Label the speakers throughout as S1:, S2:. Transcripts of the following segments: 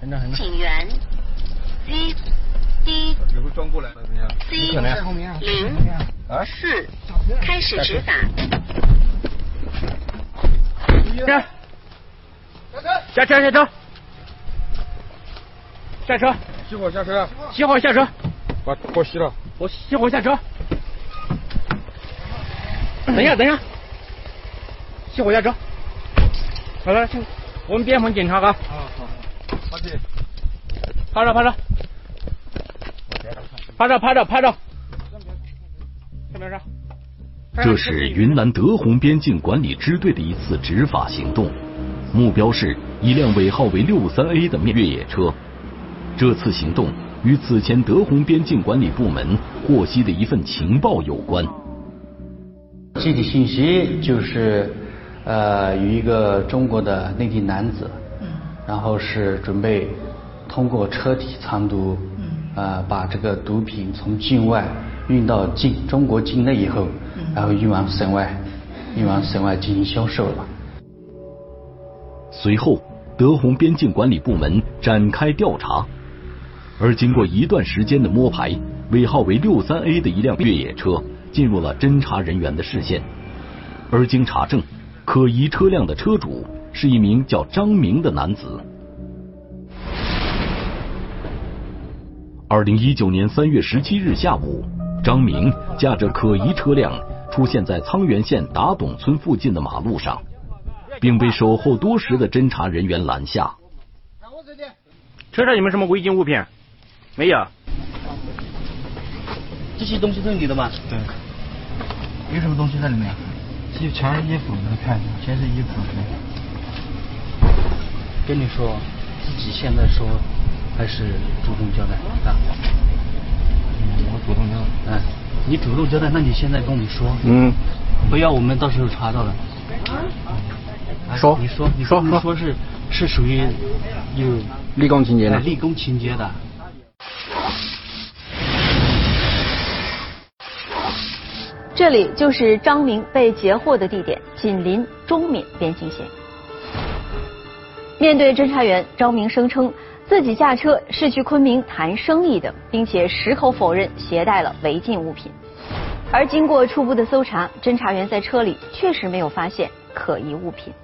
S1: 请援 C D
S2: 有个转过来了，怎么样？
S1: C 04开始执法。
S3: 下车！下车！
S2: 熄火下车！
S3: 熄火下车！
S2: 把火熄了。
S3: 我熄火下车。等一下，熄火下车。好了，我们边防检查啊。
S2: 好，好的。
S3: 拍照。这边上。
S4: 这是云南德宏边境管理支队的一次执法行动，目标是一辆尾号为63A 的越野车。这次行动与此前德宏边境管理部门获悉的一份情报有关。
S5: 具体信息就是有一个中国的内地男子，然后是准备通过车体藏毒，把这个毒品从境外运到中国境内以后，然后运往省外进行销售了。
S4: 随后，德宏边境管理部门展开调查，而经过一段时间的摸排，尾号为63A 的一辆越野车进入了侦查人员的视线。而经查证，可疑车辆的车主是一名叫张明的男子。2019年3月17日下午，张明驾着可疑车辆出现在沧源县达董村附近的马路上，并被守候多时的侦查人员拦下。
S3: 车上有没有什么违禁物品？没有。
S5: 这些东西都是你的吗？
S6: 对。有什么东西在里面？全是衣服，你看，全是衣服。
S5: 跟你说，自己现在说还是主动交代啊。
S6: 我主动交代。
S5: 你主动交代，那你现在跟我们说，不要我们到时候查到了。
S3: 说，
S5: 你说是属于有
S3: 立功情节的。
S5: 立功情节的。
S7: 这里就是张明被截获的地点，紧邻中缅边境线。面对侦查员，张明声称自己驾车是去昆明谈生意的，并且矢口否认携带了违禁物品。而经过初步的搜查，侦查员在车里确实没有发现可疑物品。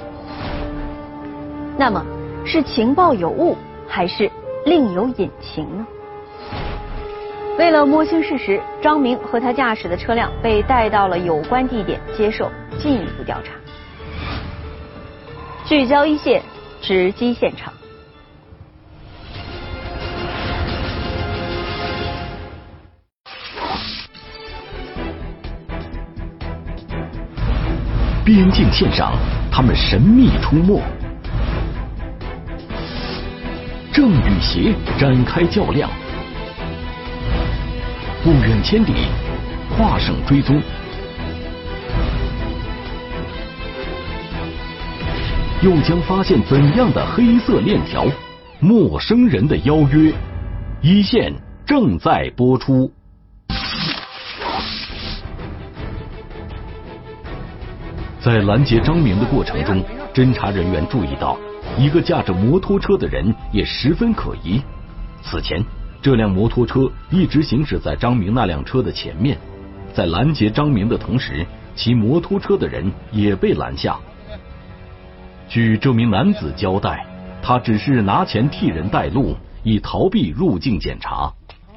S7: 那么，是情报有误，还是另有隐情呢？为了摸清事实，张明和他驾驶的车辆被带到了有关地点接受进一步调查。聚焦一线，直击现场。
S4: 边境线上，他们神秘出没，正与邪展开较量。不远千里，跨省追踪，又将发现怎样的黑色链条？陌生人的邀约，一线正在播出。在拦截张明的过程中，侦查人员注意到一个驾着摩托车的人也十分可疑。此前，这辆摩托车一直行驶在张明那辆车的前面，在拦截张明的同时，骑摩托车的人也被拦下。据这名男子交代，他只是拿钱替人带路，以逃避入境检查。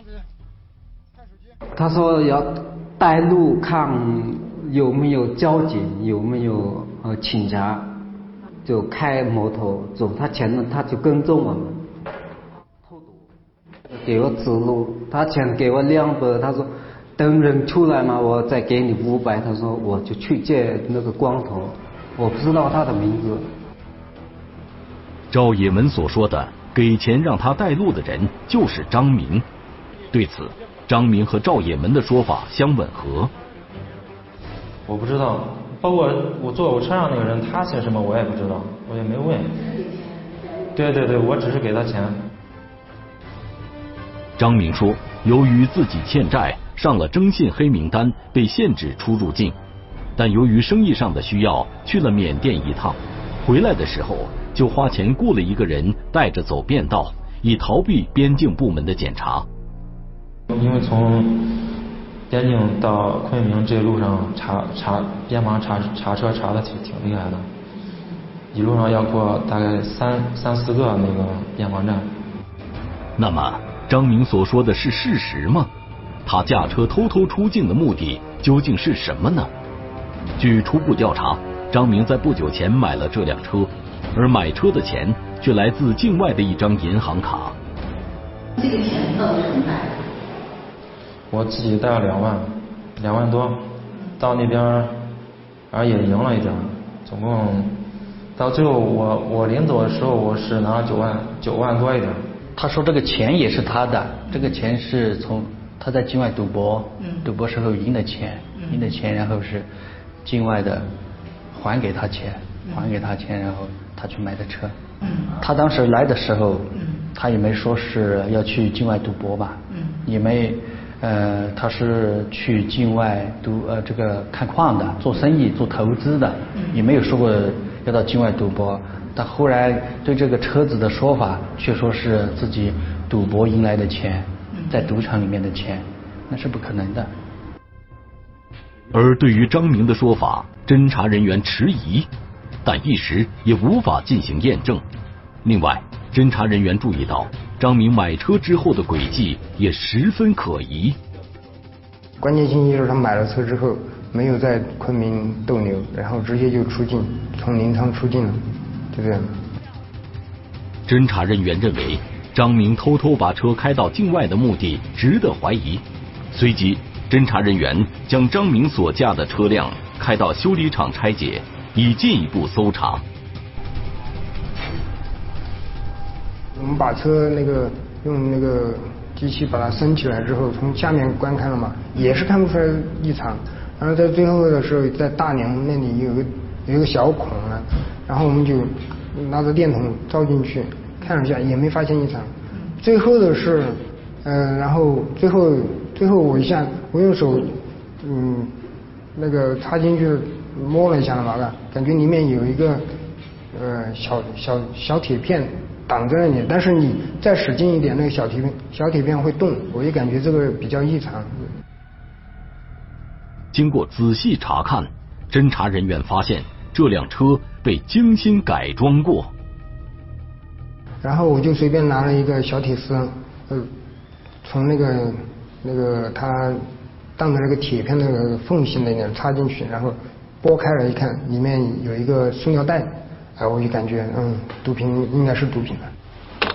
S8: 他说要带路，看有没有交警，有没有警察，就开摩托走他前面，他就跟踪我们。给我指路，他钱给我200，他说等人出来嘛，我再给你500。他说我就去见那个光头，我不知道他的名字。
S4: 赵也门所说的给钱让他带路的人就是张明，对此，张明和赵也门的说法相吻合。
S9: 我不知道，包括我坐我车上那个人，他姓什么我也不知道，我也没问。对，我只是给他钱。
S4: 张明说，由于自己欠债，上了征信黑名单，被限制出入境。但由于生意上的需要，去了缅甸一趟，回来的时候就花钱雇了一个人带着走便道，以逃避边境部门的检查。
S9: 因为从边境到昆明这路上边防查车查的挺厉害的，一路上要过大概三四个那个边防站。
S4: 那么张明所说的是事实吗？他驾车偷偷出境的目的究竟是什么呢？据初步调查，张明在不久前买了这辆车，而买车的钱却来自境外的一张银行卡。
S10: 这个钱到底是怎么来的？
S9: 我自己带了2万多，到那边然后也赢了一点，总共到最后我临走的时候我是拿了9万多一点。
S5: 他说这个钱也是他的，这个钱是从他在境外赌博，赌博时候赢的钱，然后是境外的还给他钱，然后他去买的车。他当时来的时候，他也没说是要去境外赌博吧，也没他是去境外这个看矿的，做生意做投资的，也没有说过要到境外赌博。但后来对这个车子的说法却说是自己赌博赢来的钱，在赌场里面的钱，那是不可能的。
S4: 而对于张明的说法，侦查人员迟疑，但一时也无法进行验证。另外，侦查人员注意到张明买车之后的轨迹也十分可疑。
S11: 关键信息是他买了车之后没有在昆明逗留，然后直接就出境，从临沧出境了，就这样。
S4: 侦查人员认为张明偷偷把车开到境外的目的值得怀疑，随即侦查人员将张明所驾的车辆开到修理厂拆解，以进一步搜查。
S11: 我们把车用那个机器把它升起来之后，从下面观看了嘛，也是看不出来异常。然后在最后的时候，在大梁那里有一个小孔啊，然后我们就拿着电筒照进去看了一下，也没发现异常。最后的是，然后最后我用手那个插进去摸了一下了嘛，感觉里面有一个小铁片挡在那里，但是你再使劲一点，那个小铁片会动，我就感觉这个比较异常。
S4: 经过仔细查看，侦查人员发现这辆车被精心改装过。
S11: 然后我就随便拿了一个小铁丝，从那个它当的那个铁片那个缝隙那点插进去，然后拨开了一看，里面有一个塑料袋，我就感觉毒品应该是毒品了。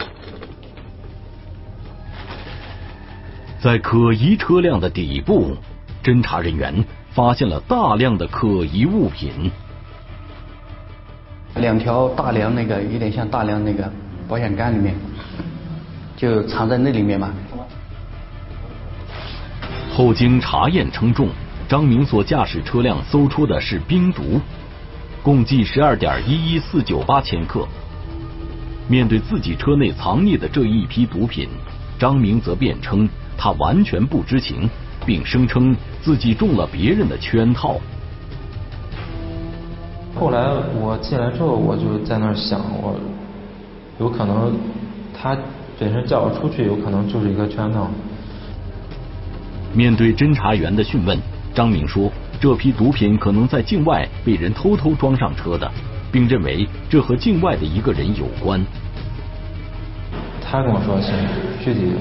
S4: 在可疑车辆的底部，侦查人员发现了大量的可疑物品。
S5: 2条大梁，那个有点像大梁那个保险杆里面，就藏在那里面嘛。
S4: 后经查验称重，张明所驾驶车辆搜出的是冰毒，共计12.11498千克。面对自己车内藏匿的这一批毒品，张明则辩称他完全不知情，并声称自己中了别人的圈套。
S9: 后来我进来之后，我就在那儿想，我有可能他本身叫我出去，有可能就是一个圈套。
S4: 面对侦查员的讯问，张明说这批毒品可能在境外被人偷偷装上车的，并认为这和境外的一个人有关。
S9: 他跟我说是具体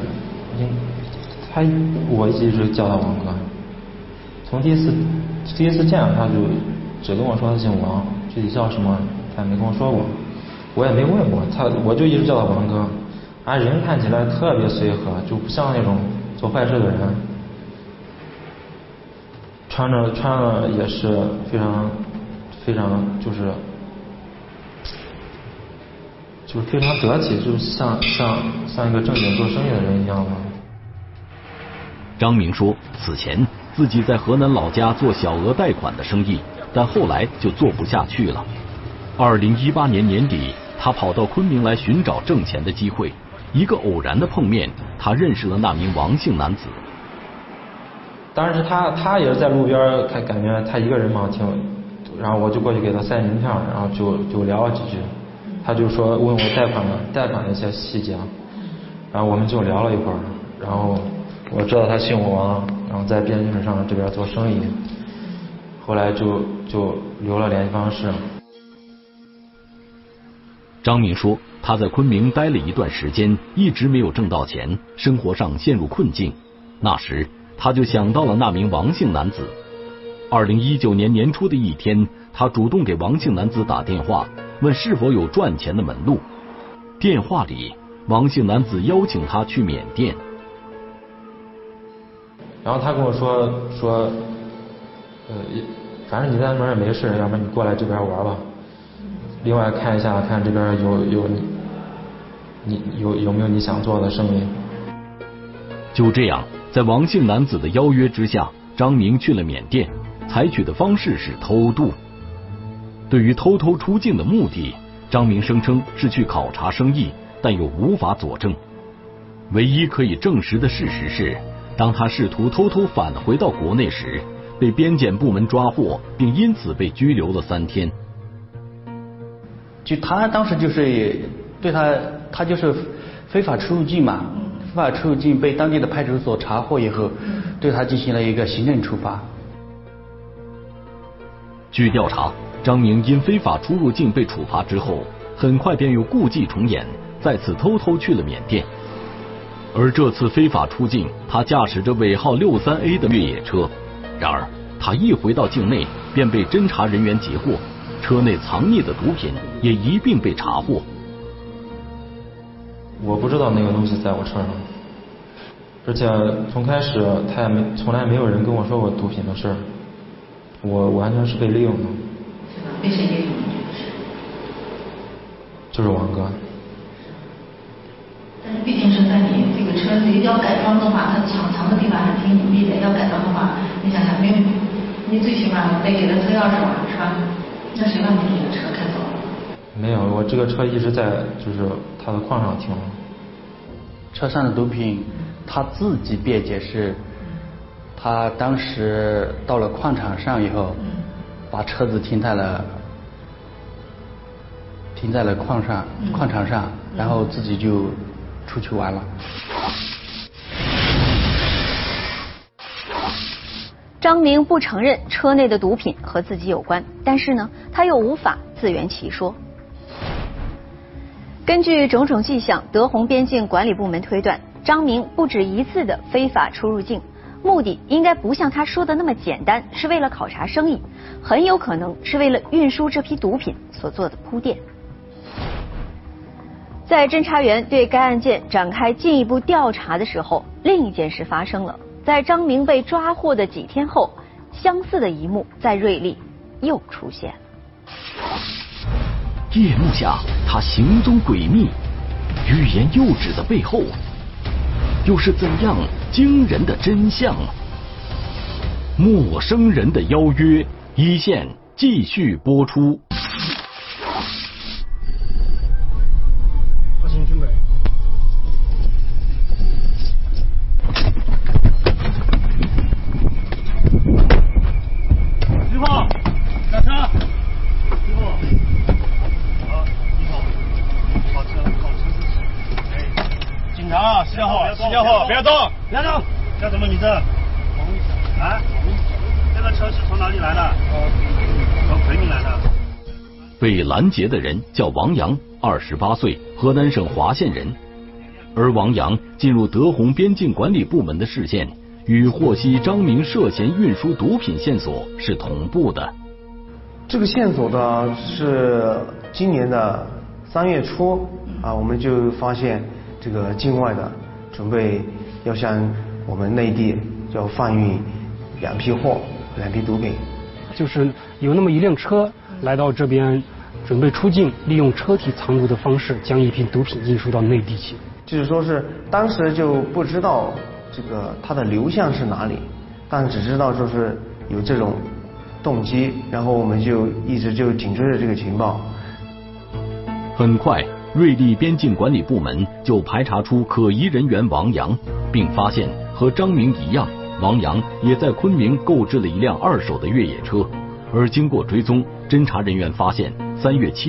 S9: 我一直叫他王哥，从第一次见他就只跟我说他姓王，具体叫什么他也没跟我说过，我也没问过他，我就一直叫他王哥。人看起来特别随和，就不像那种做坏事的人，穿着也是非常就是非常得体，就是像一个正经做生意的人一样的。
S4: 张明说，此前自己在河南老家做小额贷款的生意，但后来就做不下去了。2018年年底，他跑到昆明来寻找挣钱的机会，一个偶然的碰面，他认识了那名王姓男子。
S9: 当时他也是在路边，他感觉他一个人嘛然后我就过去给他塞名片，然后就聊了几句。 他就说问我贷款的一些细节，然后我们就聊了一会儿，然后我知道他姓王，然后在边境上这边做生意，后来就留了联系方式。
S4: 张明说，他在昆明待了一段时间，一直没有挣到钱，生活上陷入困境。那时他就想到了那名王姓男子。2019年年初的一天，他主动给王姓男子打电话，问是否有赚钱的门路。电话里，王姓男子邀请他去缅甸。
S9: 然后他跟我说，反正你在那边也没事，要不然你过来这边玩吧。另外看一下，看这边有没有你想做的生意。
S4: 就这样，在王姓男子的邀约之下，张明去了缅甸，采取的方式是偷渡。对于偷出境的目的，张明声称是去考察生意，但又无法佐证。唯一可以证实的事实是，当他试图偷返回到国内时，被边检部门抓获，并因此被拘留了3天。
S5: 就他当时就是对他就是非法出入境嘛，非法出入境被当地的派出所查获以后，对他进行了一个行政处罚。
S4: 据调查，张明因非法出入境被处罚之后，很快便又故伎重演，再次偷去了缅甸。而这次非法出境，他驾驶着尾号63A 的越野车，然而他一回到境内，便被侦查人员截获。车内藏匿的毒品也一并被查获。
S9: 我不知道那个东西在我车上，而且从开始从来没有人跟我说过毒品的事儿，我完全是被利用的。
S10: 被谁利用的？
S9: 就是王哥。
S10: 但是毕竟是在你这个车子要改装的话，它藏的地方还挺隐蔽的，要改装的话，你想想，没有你最起码得给他车钥匙吧，是吧？那谁让你这个车开走了？
S9: 没有，我这个车一直在就是他的矿上停了。
S5: 车上的毒品，他自己辩解是，他当时到了矿场上以后，把车子停在了矿场上，然后自己就出去玩了。
S7: 张明不承认车内的毒品和自己有关，但是呢，他又无法自圆其说。根据种种迹象，德宏边境管理部门推断，张明不止一次的非法出入境，目的应该不像他说的那么简单，是为了考察生意，很有可能是为了运输这批毒品所做的铺垫。在侦查员对该案件展开进一步调查的时候，另一件事发生了。在张明被抓获的几天后，相似的一幕在瑞丽又出现。
S4: 夜幕下，他行踪诡秘，欲言又止的背后，又是怎样惊人的真相？陌生人的邀约，一线继续播出。
S12: 不要动！叫什么名字？啊？这个车是从哪里来的？从昆明来的。
S4: 被拦截的人叫王阳，28岁，河南省滑县人。而王阳进入德宏边境管理部门的视线，与获悉张明涉嫌运输毒品线索是同步的。
S13: 这个线索呢是今年的3月初我们就发现这个境外的准备要向我们内地要贩运2批货，2批毒品。
S14: 就是有那么一辆车来到这边，准备出境，利用车体藏毒的方式将一批毒品运输到内地去。
S13: 就是说是当时就不知道这个它的流向是哪里，但只知道说是有这种动机，然后我们就一直就紧追着这个情报。
S4: 很快，瑞丽边境管理部门就排查出可疑人员王阳，并发现和张明一样，王阳也在昆明购置了一辆2手的越野车。而经过追踪，侦查人员发现3月7日，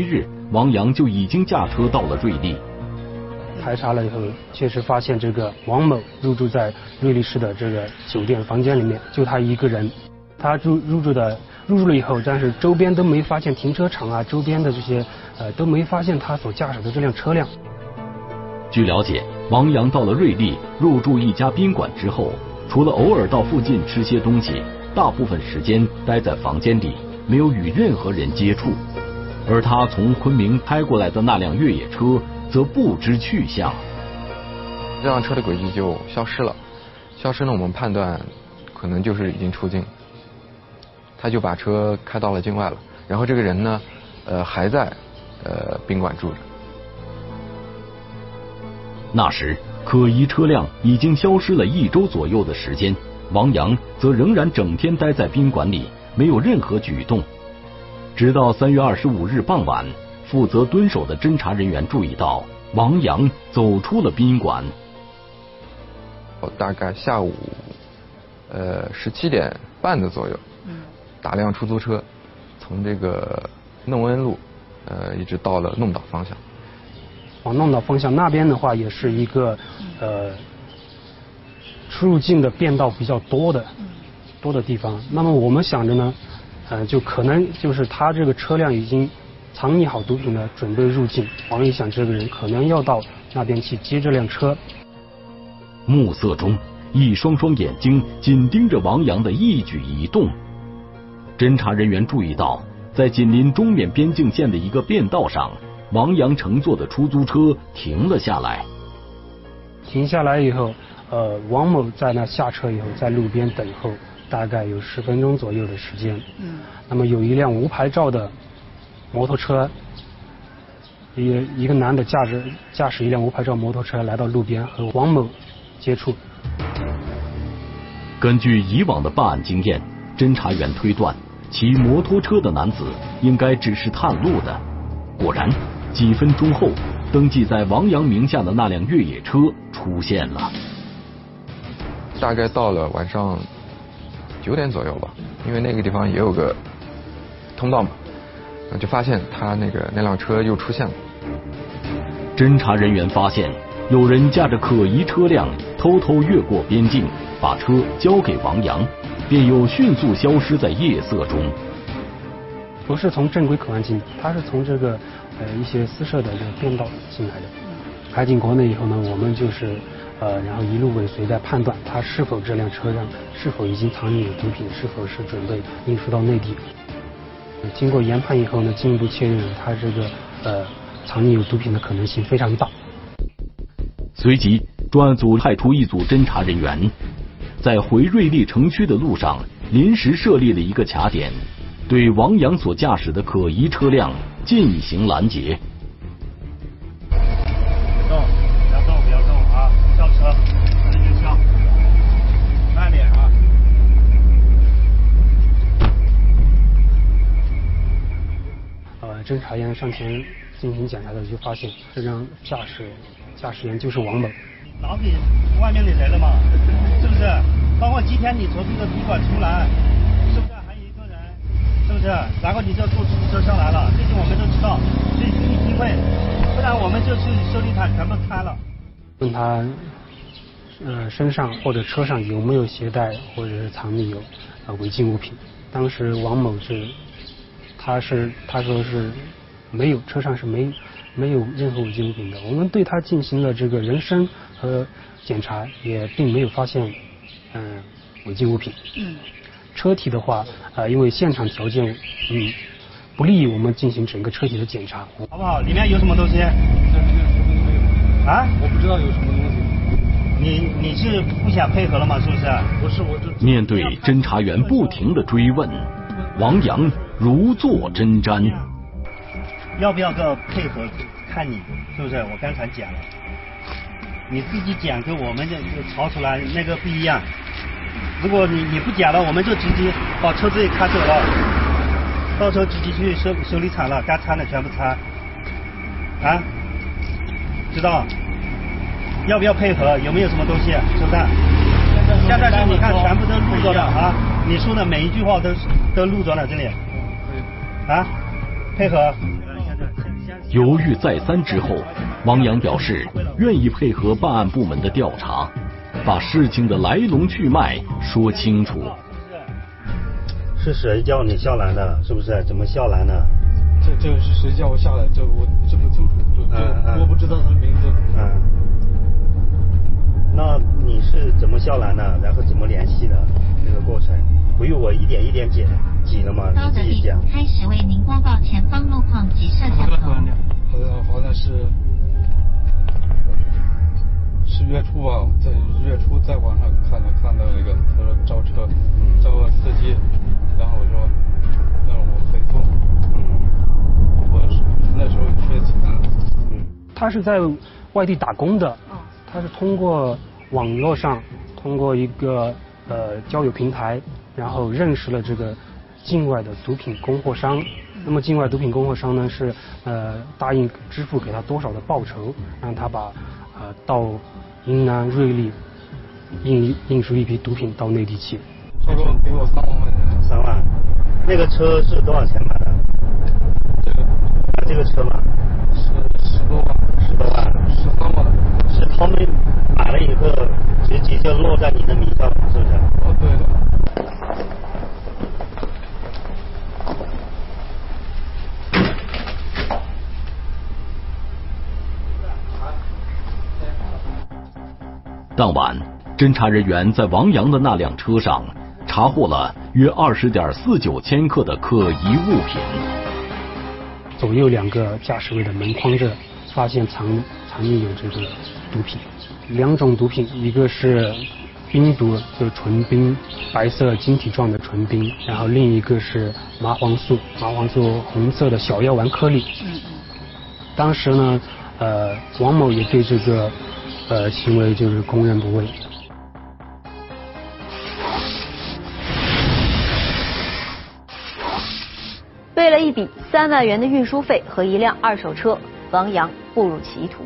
S4: 王阳就已经驾车到了瑞丽。
S14: 排查了以后，确实发现这个王某入住在瑞丽市的这个酒店房间里面，就他一个人。他入住了以后，但是周边都没发现停车场啊，周边的这些都没发现他所驾驶的这辆车辆。
S4: 据了解，王阳到了瑞丽入住一家宾馆之后，除了偶尔到附近吃些东西，大部分时间待在房间里，没有与任何人接触。而他从昆明开过来的那辆越野车则不知去向。
S15: 这辆车的轨迹就消失了，消失呢，我们判断可能就是已经出境。他就把车开到了境外了，然后这个人呢，还在宾馆住着。
S4: 那时可疑车辆已经消失了1周左右的时间，王阳则仍然整天待在宾馆里，没有任何举动。直到3月25日傍晚，负责蹲守的侦查人员注意到王阳走出了宾馆。
S15: 大概下午17点半的左右，打辆出租车，从这个弄恩路一直到了弄岛方向。
S14: 往弄岛方向那边的话，也是一个出入境的便道比较多的地方。那么我们想着呢，就可能就是他这个车辆已经藏匿好毒品了，准备入境。王一想这个人可能要到那边去接这辆车。
S4: 暮色中，一双双眼睛紧盯着王阳的一举一动。侦查人员注意到，在紧邻中缅边境线的一个便道上，王阳乘坐的出租车停了下来。
S14: 停下来以后，王某在那下车以后，在路边等候，大概有10分钟左右的时间。那么有一辆无牌照的摩托车，一个男的驾驶一辆无牌照摩托车来到路边和王某接触。
S4: 根据以往的办案经验，侦查员推断骑摩托车的男子应该只是探路的。果然，几分钟后，登记在王阳名下的那辆越野车出现了。
S15: 大概到了晚上9点左右吧，因为那个地方也有个通道嘛，就发现他那辆车又出现了。
S4: 侦查人员发现，有人驾着可疑车辆偷偷越过边境，把车交给王阳，便又迅速消失在夜色中。
S14: 不是从正规口岸进的，他是从这个一些私设的这个便道进来的。开进国内以后呢，我们就是然后一路尾随，在判断他是否这辆车上是否已经藏匿有毒品，是否是准备运输到内地。经过研判以后呢，进一步确认他这个藏匿有毒品的可能性非常大。
S4: 随即，专案组派出一组侦查人员，在回瑞丽城区的路上临时设立了一个卡点，对王阳所驾驶的可疑车辆进行拦截。
S12: 不要动啊！校车，自己校，慢点啊！
S14: 侦查员上前进行检查的，就发现这辆驾驶员就是王某。
S12: 老给外面的人了嘛，是不是？包括今天你从这个宾馆出来，是不是还有一个人？是不是？然后你就坐出租车上来了，这些我们都知道，所以给你机会，不然我们就去修理厂全部拆了。
S14: 问他身上或者车上有没有携带或者是藏匿有违禁物品。当时王某他说是没有，车上是没有任何违禁物品的。我们对他进行了这个人身和检查，也并没有发现违禁物品。车体的话因为现场条件不利于我们进行整个车体的检查。
S12: 好不好？里面有什么东西？啊？
S2: 我不知道有什么东西。
S12: 你是不想配合了吗？是不是？
S2: 不是，我这
S4: 面对侦查员不停的追问，王阳如坐针毡。
S12: 要不要个配合？看你是不是？我刚才讲了，你自己讲跟我们就吵出来那个不一样。如果你不讲了，我们就直接把车子也开走了，到时候直接去修理厂了，该拆的全部拆。啊？知道？要不要配合？有没有什么东西？是不是？现在是你看全部都录着的啊！你说的每一句话都录着了，这里。啊？配合。
S4: 犹豫再三之后，王阳表示愿意配合办案部门的调查，把事情的来龙去脉说清楚。
S12: 是谁叫你下来的？是不是？怎么下来呢？
S2: 这个是谁叫我下来？这我记不清楚，我不知道他的名字。
S12: 那你是怎么下来呢？然后怎么联系的？这个过程，不用我一点一点挤了吗？你自己讲。
S1: 开始为您播报前方路况及摄像头。
S2: 好像是月初吧，在月初在网上看到那个，他说招车，招个司机，然后我说让我回复，我那时候缺钱。
S14: 他是在外地打工的，他是通过网络上，通过一个交友平台，然后认识了这个境外的毒品供货商。那么境外毒品供货商呢是答应支付给他多少的报酬，让他把到云南瑞丽运输一批毒品到内地去。
S2: 他说给我3万块钱。
S12: 3万。那个车是多少钱买的？这个车嘛
S2: 10多万。
S12: 10多万。
S2: 13万。
S12: 是他们买了以后直接就落在你的名下了，是不是？
S2: 对的。
S4: 当晚，侦查人员在王阳的那辆车上查获了约20.49千克的可疑物品。
S14: 左右2个驾驶位的门框这发现藏匿有这个毒品，2种毒品，一个是冰毒，就是纯冰，白色晶体状的纯冰，然后另一个是麻黄素红色的小药丸颗粒。当时呢，王某也对这个行为就是供认不讳。
S7: 为了一笔3万元的运输费和一辆2手车，王阳步入歧途。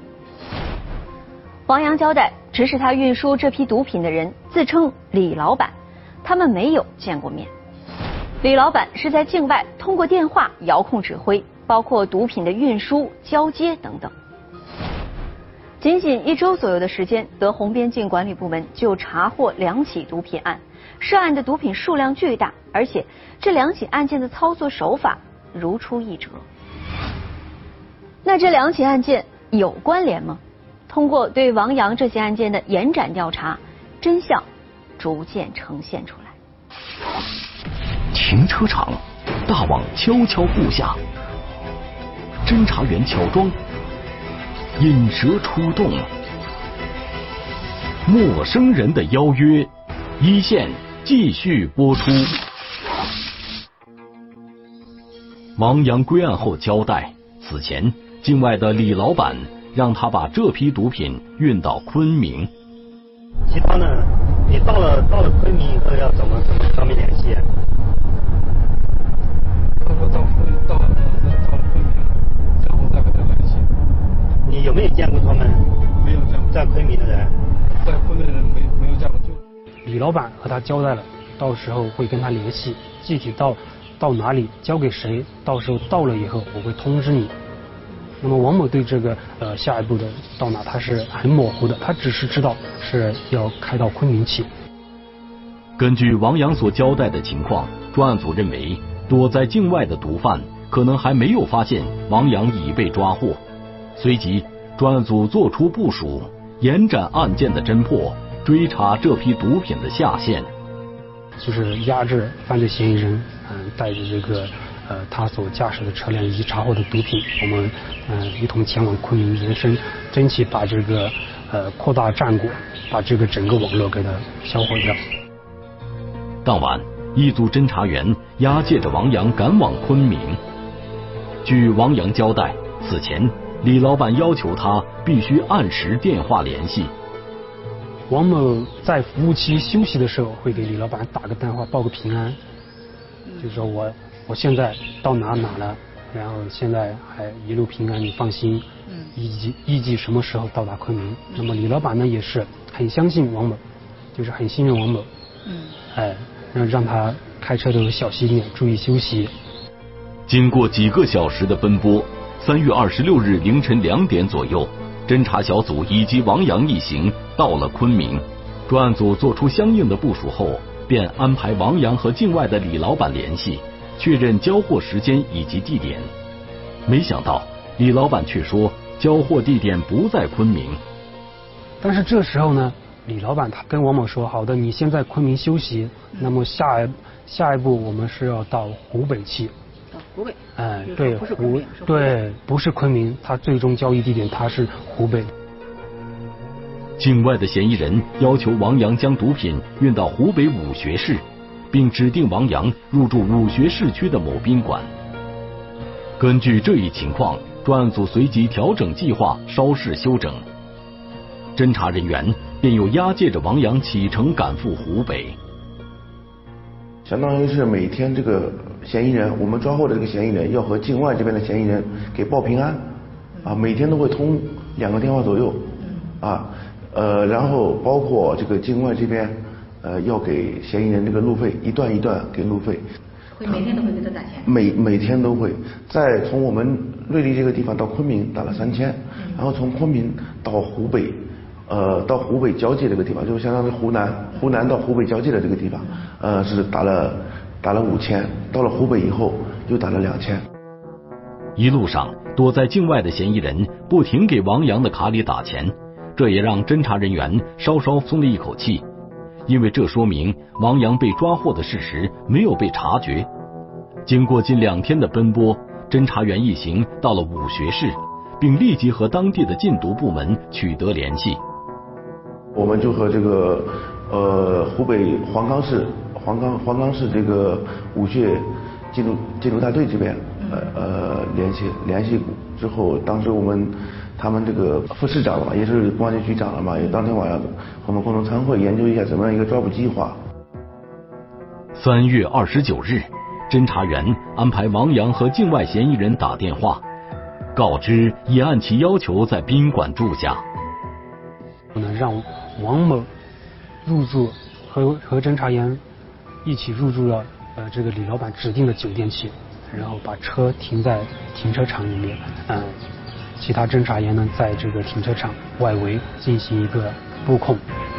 S7: 王阳交代，指使他运输这批毒品的人自称李老板，他们没有见过面。李老板是在境外通过电话遥控指挥，包括毒品的运输、交接等等。仅仅1周左右的时间，德宏边境管理部门就查获2起毒品案，涉案的毒品数量巨大，而且这2起案件的操作手法如出一辙。那这2起案件有关联吗？通过对王阳这些案件的延展调查，真相逐渐呈现出来。
S4: 停车场，大网悄悄布下，侦查员乔装，引蛇出洞，陌生人的邀约，一线继续播出。王阳归案后交代，此前境外的李老板让他把这批毒品运到昆明。
S12: 其他呢？你到了昆明以后要怎么方面联系？
S2: 他说到昆明，然后再跟他联系。
S12: 你有没有见过他们？
S2: 没有见过。
S12: 在昆明的人？
S2: 在昆明的人没有见过。
S14: 李老板和他交代了，到时候会跟他联系，具体到哪里交给谁，到时候到了以后我会通知你。那么王某对这个下一步的到哪他是很模糊的，他只是知道是要开到昆明去。
S4: 根据王阳所交代的情况，专案组认为躲在境外的毒贩可能还没有发现王阳已被抓获，随即专案组作出部署，延展案件的侦破，追查这批毒品的下线，
S14: 就是压制犯罪嫌疑人，带着这个他所驾驶的车辆以及查获的毒品，我们一同前往昆明延伸，争取把这个扩大战果，把这个整个网络给它销毁掉。
S4: 当晚，一组侦查员押解着王阳赶往昆明。据王阳交代，此前李老板要求他必须按时电话联系。
S14: 王某在服务期休息的时候，会给李老板打个电话报个平安，就说我现在到哪了，然后现在还一路平安，你放心。预计什么时候到达昆明？那么李老板呢也是很相信王某，就是很信任王某。让他开车都小心一点，注意休息。
S4: 经过几个小时的奔波， 3月26日凌晨2点左右，侦查小组以及王阳一行到了昆明。专案组做出相应的部署后，便安排王阳和境外的李老板联系，确认交货时间以及地点。没想到李老板却说交货地点不在昆明。
S14: 但是这时候呢，李老板他跟王某说，好的，你先在昆明休息，那么下一步我们是要到湖北去。
S7: 到湖北？
S14: 对，不是昆明，他最终交易地点他是湖北。
S4: 境外的嫌疑人要求王阳将毒品运到湖北武穴市，并指定王阳入住武穴市区的某宾馆。根据这一情况，专案组随即调整计划，稍事休整。侦查人员便又押解着王阳启程赶赴湖北。
S16: 相当于是每天这个嫌疑人，我们抓获的这个嫌疑人要和境外这边的嫌疑人给报平安，每天都会通2个电话左右，然后包括这个境外这边要给嫌疑人这个路费，一段一段给路费。
S10: 会每天都会给他打钱？
S16: 每天都会。再从我们瑞丽这个地方到昆明打了3000，然后从昆明到湖北，到湖北交界这个地方，就相当于湖南到湖北交界的这个地方，是打了5000，到了湖北以后又打了2000。
S4: 一路上，躲在境外的嫌疑人不停给王阳的卡里打钱，这也让侦查人员稍稍松了一口气。因为这说明王阳被抓获的事实没有被察觉。经过近2天的奔波，侦查员一行到了武穴市，并立即和当地的禁毒部门取得联系。
S16: 我们就和这个湖北黄冈市这个武穴禁毒大队这边联系之后，当时他们这个副市长嘛，也是公安局局长了嘛，也当天晚上我们共同参会，研究一下怎么样一个抓捕计划。
S4: 3月29日，侦查员安排王阳和境外嫌疑人打电话，告知已按其要求在宾馆住下。
S14: 让王某入住和侦查员一起入住了这个李老板指定的酒店去，然后把车停在停车场里面，其他侦查员呢在这个停车场外围进行一个布控。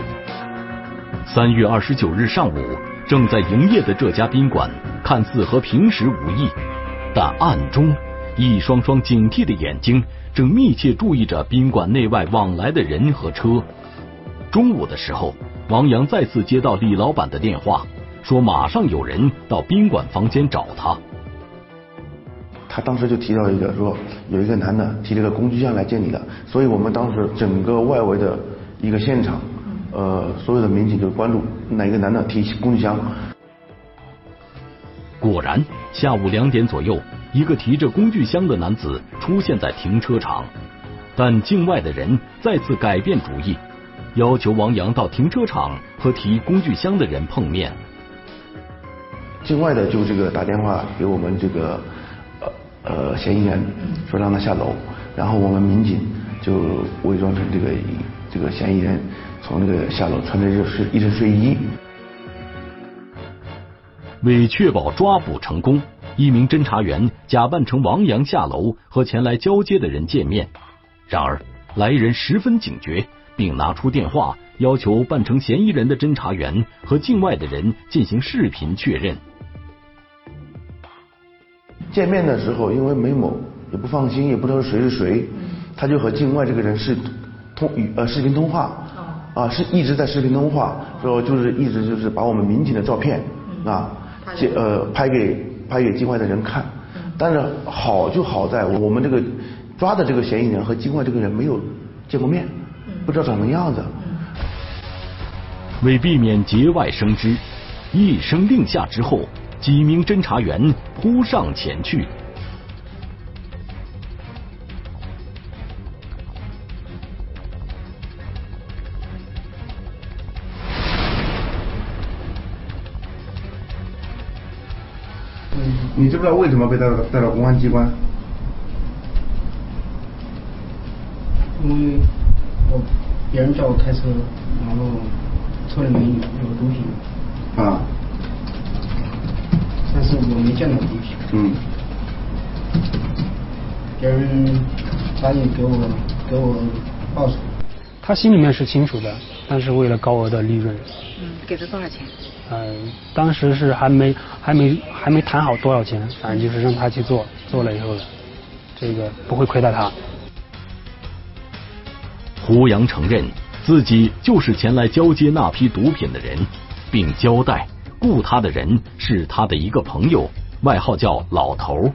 S4: 3月29日上午，正在营业的这家宾馆看似和平时无异，但暗中一双双警惕的眼睛正密切注意着宾馆内外往来的人和车。中午的时候，王阳再次接到李老板的电话，说马上有人到宾馆房间找他。
S16: 他当时就提到说有一个男的提了个工具箱来见你的，所以我们当时整个外围的一个现场，所有的民警就关注哪个男的提工具箱。
S4: 果然，下午2点左右，一个提着工具箱的男子出现在停车场，但境外的人再次改变主意，要求王阳到停车场和提工具箱的人碰面。
S16: 境外的就这个打电话给我们这个嫌疑人，说让他下楼，然后我们民警就伪装成这个嫌疑人，从那个下楼穿着一身睡衣。
S4: 为确保抓捕成功，一名侦查员假扮成王阳下楼和前来交接的人见面。然而来人十分警觉，并拿出电话要求扮成嫌疑人的侦查员和境外的人进行视频确认。
S16: 见面的时候，因为梅某也不放心，也不知道谁是谁，他就和境外这个人视频通话，是一直在视频通话，说一直把我们民警的照片拍给境外的人看。但是好在我们这个抓的这个嫌疑人和境外这个人没有见过面，不知道长什么样子。
S4: 为避免节外生枝，一声令下之后，几名侦查员扑上前去。
S16: 你知不知道为什么被带到公安机关？
S11: 因为别人叫我开车，然后车里面有毒品。但是我没见到毒品。 别人答应给我报酬。
S14: 他心里面是清楚的，但是为了高额的利润。
S10: 给他多少钱？
S14: 当时是还没谈好多少钱，反正就是让他去做，做了以后，这个不会亏待他。
S4: 胡杨承认自己就是前来交接那批毒品的人，并交代雇他的人是他的一个朋友，外号叫老头。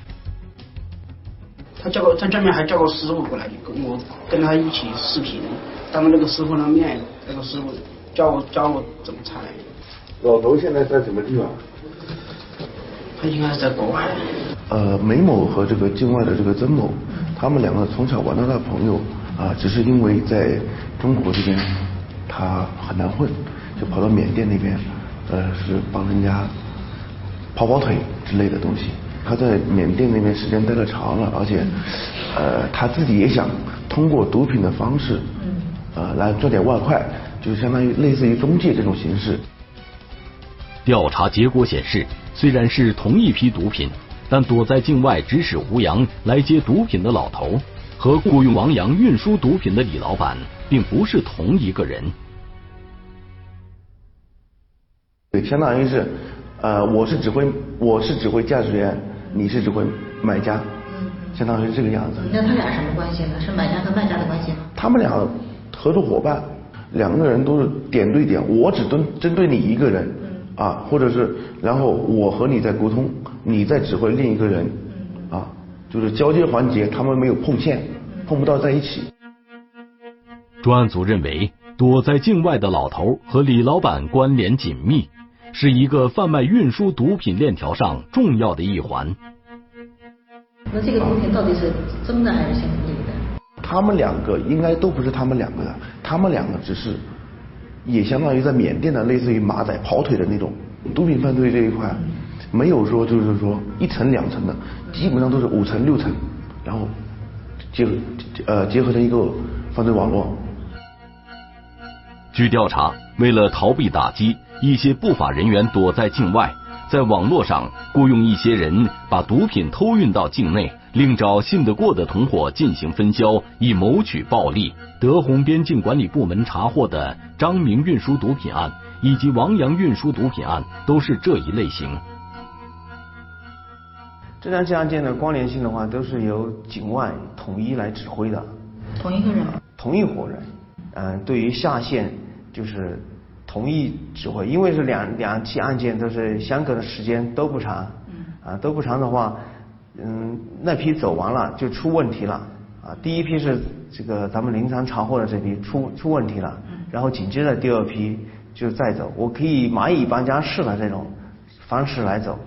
S17: 他这边还叫个师傅过来，我跟他一起视频，当着那个师傅的面，那个师傅教我怎么拆。
S16: 老头现在在什么地方？
S17: 他应该是在国外。
S16: 梅某和这个境外的这个曾某，他们两个从小玩到大的朋友啊，只是因为在中国这边他很难混，就跑到缅甸那边，是帮人家跑腿之类的东西。他在缅甸那边时间待得长了，而且他自己也想通过毒品的方式，来赚点外快，就相当于类似于中介这种形式。
S4: 调查结果显示，虽然是同一批毒品，但躲在境外指使胡杨来接毒品的老头和雇佣王阳运输毒品的李老板并不是同一个人。
S16: 对，相当于是，我是指挥驾驶员，你是指挥买家，相当于是这个样子。
S10: 那他俩什么关系呢？是买家和卖家的关系吗？
S16: 他们俩合作伙伴，两个人都是点对点，我只针对你一个人。或者是然后我和你在沟通，你在指挥另一个人，就是交接环节他们没有碰线，碰不到在一起。
S4: 专案组认为，躲在境外的老头和李老板关联紧密，是一个贩卖运输毒品链条上重要的一环。
S10: 那这个毒品到底是真的还是姓李的？
S16: 他们两个应该都不是他们两个的，他们两个只是。也相当于在缅甸的类似于马仔跑腿的那种毒品犯罪这一块，没有说就是说1层2层的，基本上都是5层6层，然后结合成一个犯罪网络。
S4: 据调查，为了逃避打击，一些不法人员躲在境外，在网络上雇佣一些人把毒品偷运到境内，另找信得过的同伙进行分销，以谋取暴利。德宏边境管理部门查获的张明运输毒品案以及王阳运输毒品案都是这一类型。
S13: 这两起案件的关联性的话，都是由境外统一来指挥的。
S10: 同一个人？
S13: 同一伙人。对于下线就是同一指挥，因为是两起案件都是相隔的时间都不长。都不长的话，那批走完了就出问题了。第一批是这个咱们临场查获的这批出问题了，然后紧接着第二批就再走，我可以蚂蚁搬家式的这种方式来走。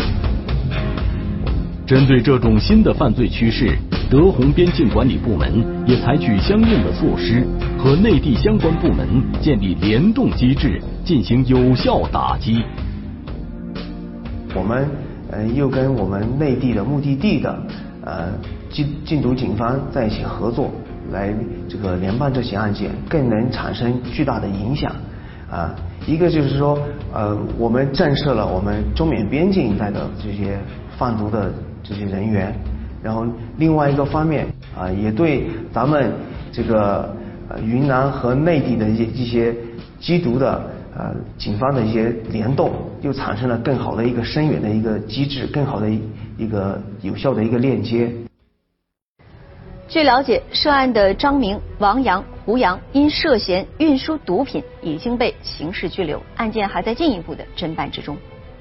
S4: 针对这种新的犯罪趋势，德宏边境管理部门也采取相应的措施，和内地相关部门建立联动机制，进行有效打击。
S13: 我们又跟我们内地的目的地的禁毒警方在一起合作，来这个联办这起案件，更能产生巨大的影响。一个就是说，我们震慑了我们中缅边境一带的这些贩毒的这些人员，然后另外一个方面也对咱们这个云南和内地的一些缉毒的警方的一些联动，又产生了更好的一个深远的一个机制，更好的一个有效的一个链接。
S7: 据了解，涉案的张明、王阳、胡杨因涉嫌运输毒品已经被刑事拘留，案件还在进一步的侦办之中。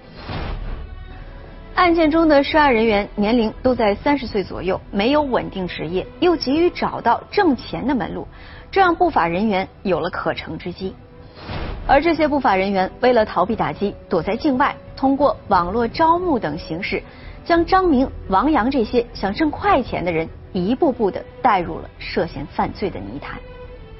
S7: 案件中的涉案人员年龄都在30岁左右，没有稳定职业，又急于找到挣钱的门路，这让不法人员有了可乘之机。而这些不法人员为了逃避打击，躲在境外，通过网络招募等形式，将张明、王阳这些想挣快钱的人一步步的带入了涉嫌犯罪的泥潭。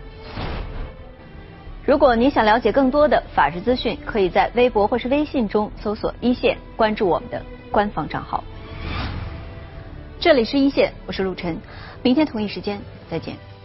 S7: 如果您想了解更多的法治资讯，可以在微博或是微信中搜索一线，关注我们的官方账号。这里是一线，我是陆晨，明天同一时间再见。